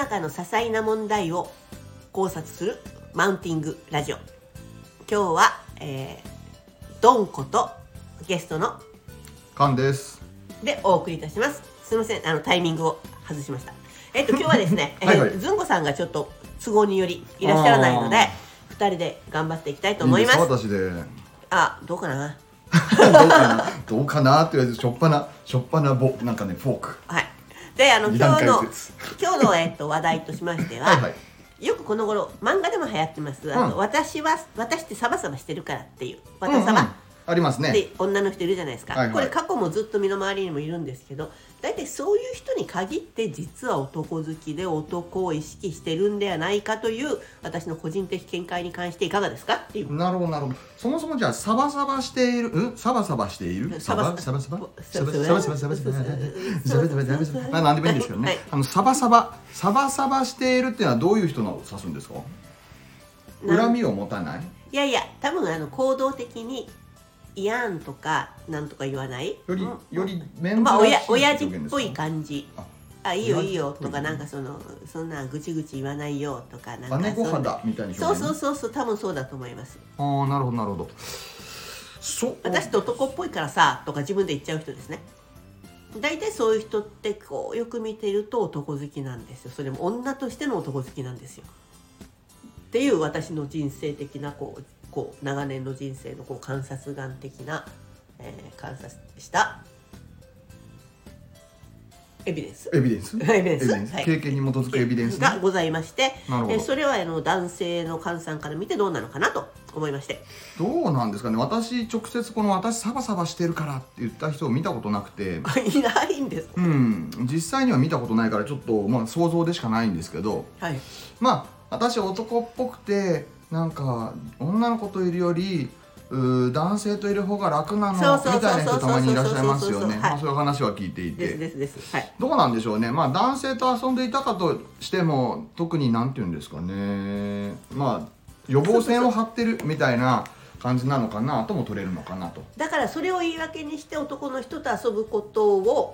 中の些細な問題を考察するマウンティングラジオ。今日は、ドンコとゲストのカンですでお送りいたします。すみません、タイミングを外しました。今日はですねずんこさんがちょっと都合によりいらっしゃらないので2人で頑張っていきたいと思います。 いいですか、私でどうかなどうかなって言われてしょっぱななんかねフォーク。 はい。で今日の話題としましてははい、はい、 よくこの頃漫画でも流行ってます、私ってサバサバしてるからっていう私サバ、 ありますね。 で女の人いるじゃないですか、 はいはい、 これ過去もずっと身の回りにもいるんですけど、大体そういう人に限って実は男好きで男を意識してるんではないかという私の個人的見解に関していかがですかっていう。 なるほどなるほど。そもそもじゃあサバサバしているサバサバしているサバサバ何でもいいんですけどね、サバサバしているっていうのはどういう人のを指すんですか？恨みを持たない？ いやいや、多分行動的にいやんとかなんとか言わないより面倒しい親父っぽい感じ。いいよいいよとか、なんかそんなぐちぐち言わないよとか、なんか姉御肌みたいな表現。 そう多分そうだと思います。 なるほどなるほど。 私って男っぽいからさとか自分で言っちゃう人ですね。大体そういう人ってこうよく見てると男好きなんですよ。それも女としての男好きなんですよっていう私の人生的なこう長年の人生の観察眼的な、観察したエビデンスはい、経験に基づくエビデンス、 がございまして、それは男性の菅さんから見てどうなのかなと思いまして。 どうなんですかね。私直接私サバサバしてるからって言った人を見たことなくていないんですか？ 実際には見たことないからちょっと、想像でしかないんですけど、 はい、 私男っぽくてなんか女の子といるより男性といる方が楽なのみたいな人たまにいらっしゃいますよね。そういう話は聞いていて、どうなんでしょうね。男性と遊んでいたかとしても特になんて言うんですかね、予防線を張ってるみたいな感じなのかなとも取れるのかなと。 だからそれを言い訳にして男の人と遊ぶことを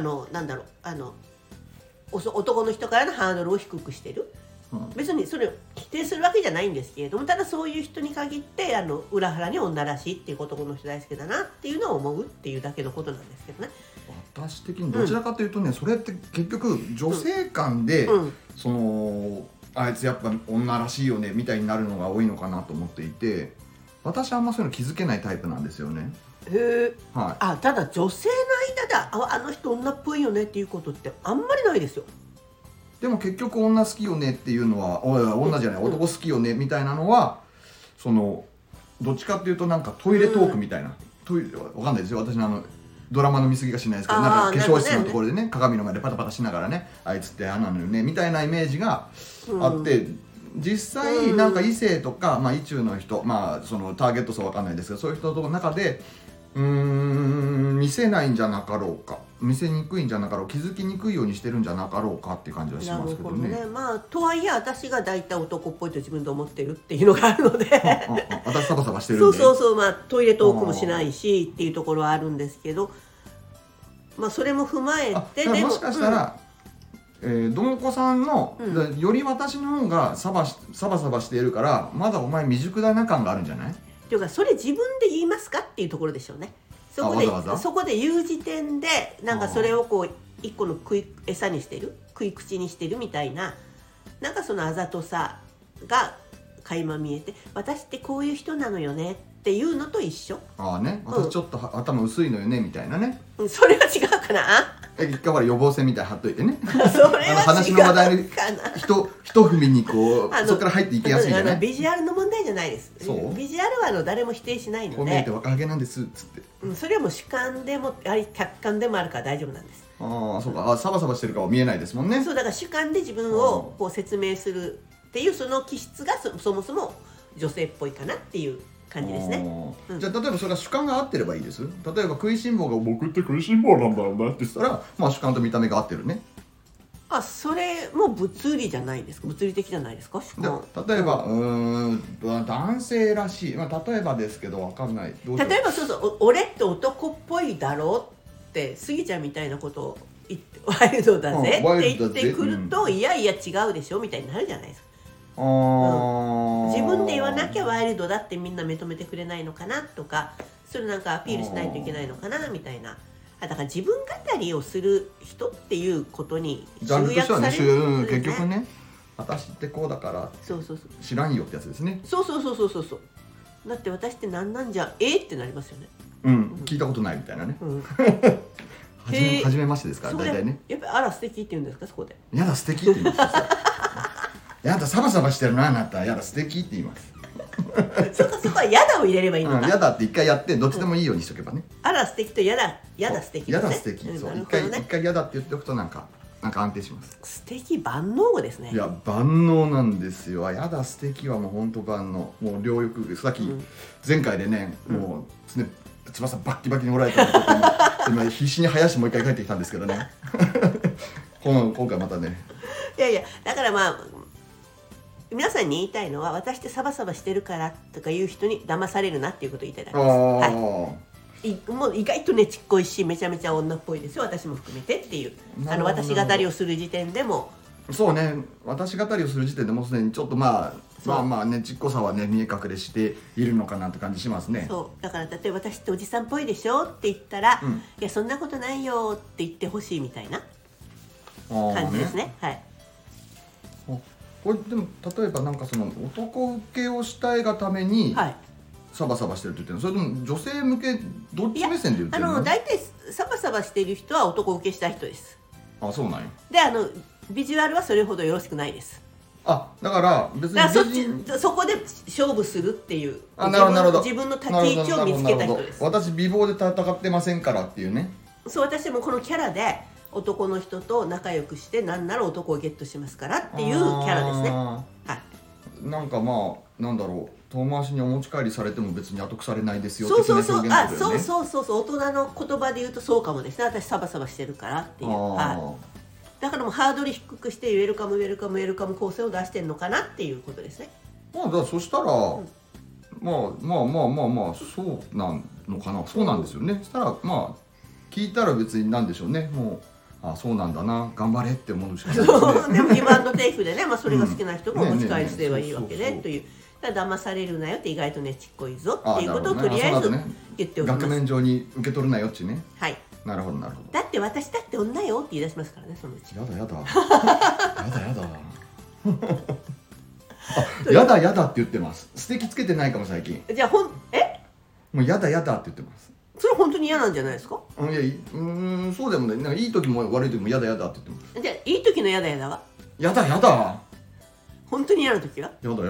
男の人からのハードルを低くしてる。別にそれを否定するわけじゃないんですけれども、ただそういう人に限って裏腹に女らしいっていう男の人大好きだなっていうのを思うっていうだけのことなんですけどね。 私的にどちらかというとね、それって結局女性間で、あいつやっぱ女らしいよねみたいになるのが多いのかなと思っていて、私はあんまそういうの気づけないタイプなんですよね。ただ女性の間であの人女っぽいよねっていうことってあんまりないですよ。 でも結局女好きよねっていうのは女じゃない男好きよねみたいなのはどっちかっていうとなんかトイレトークみたいな、わかんないですよ、私のドラマの見過ぎがしないですけど、なんか化粧室のところでね鏡の前でパタパタしながらね、あいつってあなのよねみたいなイメージがあって、実際なんか異性とか、異中の人、そのターゲット層わかんないですけど、そういう人の中で見せないんじゃなかろうか、見せにくいんじゃなかろう、気づきにくいようにしてるんじゃなかろうかっていう感じはしますけどね。 とはいえ私が大体男っぽいと自分で思ってるっていうのがあるので私サバサバしてるんでトイレトークもしないしっていうところはあるんですけど、それも踏まえてもしかしたら、どんこさんの、より私の方がサバサバしているからまだお前未熟だな感があるんじゃない？ というか、それ自分で言いますかっていうところでしょうね。そこで言う時点でなんかそれを一個の餌にしてる、食い口にしてるみたいな、なんかそのあざとさが垣間見えて、私ってこういう人なのよねっていうのと一緒。 私ちょっと頭薄いのよねみたいなね。 それは違うかな。 一回予防線みたいに貼っといてねそれは話の話題に一踏みにそこから入っていきやすいじゃない。 ビジュアルの問題じゃないです。ビジュアルは誰も否定しないので、 こう見えて若気なんですっつって、 それはもう主観でも客観でもあるから大丈夫なんです。 そうか。サバサバしてるかは見えないですもんね。 そうだから主観で自分を説明するっていうその気質がそもそも女性っぽいかなっていう感じですね。 じゃあ例えばそれは主観が合ってればいいです。例えば食いしん坊が僕って食いしん坊なんだろうなって言ったら、主観と見た目が合ってるね。 それも物理じゃないですか。物理的じゃないですか。 例えば男性らしい、例えばですけど分かんない。 例えば俺って男っぽいだろうってスギちゃんみたいなことをワイルドだぜワって言っイルドだぜてくると、いやいや違うでしょみたいになるじゃないですか。自分で言わなきゃワイルドだってみんな認めてくれないのかなとか、それなんかアピールしないといけないのかなみたいな。だから自分語りをする人っていうことにジャンルとしてはね、結局ね。 ね、私ってこうだからそうそうそう。 知らんよってやつですね。 そうそうそうそうそうそう。だって私ってなんなんじゃってなりますよね。 聞いたことないみたいなね。 へ初めましてですから、大体ね。 やっぱりあら素敵って言うんですか、そこで。 やだ素敵って言いますよ。やだサバサバしてるな、あなた。やだ素敵って言います。 そこはやだを入れればいいのか。 やだって一回やって、どっちでもいいようにしとけばね。 あら素敵とやだ素敵。 やだ素敵。そう、一回やだって言っておくとなんか安定します。 素敵万能語ですね。 いや万能なんですよ。やだ素敵はもう本当万能。もう両翼。さっき前回でね、もうね、翼バッキバキにおられたので、今必死に林もう一回帰ってきたんですけどね。今回またね。 いやいや、だからまあ皆さんに言いたいのは、私ってサバサバしてるからとかいう人に騙されるなっていうことを言いたいだけです。はい、もう意外とねちっこいし、めちゃめちゃ女っぽいですよ、私も含めてっていう。私語りをする時点でも。 そうね、私語りをする時点でもうすでにちょっとまあね、ちっこさはね見え隠れしているのかなって感じしますね。 そうだから、例えば私っておじさんっぽいでしょって言ったら、いやそんなことないよって言ってほしいみたいな感じですね。はい。 これでも例えばなんかその男受けをしたいがためにサバサバしてるって言ってるの、それとも女性向けどっち目線で言ってるの？ 大体サバサバしてる人は男受けしたい人です。 あ、そうなんや。 でビジュアルはそれほどよろしくないです。 だから別にそこで勝負するっていう、 なるほど自分の立ち位置を見つけた人です。 私美貌で戦ってませんからっていうね。 そう、私もこのキャラで男の人と仲良くして、なんなら男をゲットしますからっていうキャラですね。はい。 なんかまあなんだろう、遠回しにお持ち帰りされても別に後腐れないですよ的な表現だよね。 そう大人の言葉で言うとそうかもですね。私サバサバしてるからっていう。だからもうハードル低くしてウェルカム構成を出してんのかなっていうことですね。 だからそしたら、まあそうなんのかな。そうなんですよね。そしたらまあ聞いたら別になんでしょうね。もうそうなんだな、頑張れって思うしかないですね。 でもギブアンドテイクでね、それが好きな人もお持ち帰りすればいいわけでという。だから騙されるなよって意外とねちっこいぞっていうことをとりあえず言っておきます。 額面上に受け取るなよっちね。 はい。 なるほどなるほど。 だって私だって女よって言い出しますからね、そのうち。 やだやだやだって言ってます。素敵つけてないかも最近。 じゃあもうやだって言ってます。 それ本当に嫌なんじゃないですか？ いや、そうでもね、なんかいい時も悪い時もやだって言ってます。 じゃあいい時のやだはやだ本当に嫌な時はやだ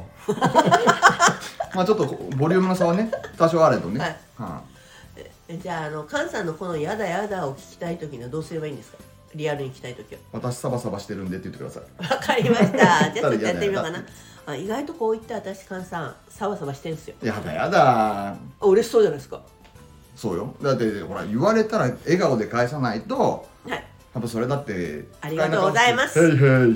まあちょっとボリュームの差はね多少あれどね。 じゃあ菅さんのこのやだを聞きたい時にはどうすればいいんですか？リアルに聞きたい時は。 私サバサバしてるんでって言ってください。 わかりました。じゃあちょっとやってみようかな。意外とこう言って私菅さんサバサバしてるんですよ。 やだ嬉しそうじゃないですか。 そうよ。だってほら言われたら笑顔で返さないと、 はい、 やっぱそれだってありがとうございます。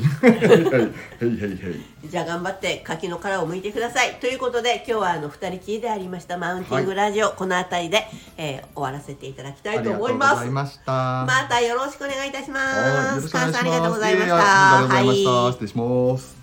じゃあ頑張って柿の殻を剥いてください。ということで今日は2人きりでありましたマウンティングラジオ、この辺りで、終わらせていただきたいと思います。またよろしくお願いいたします。菅さんありがとうございました。 失礼します。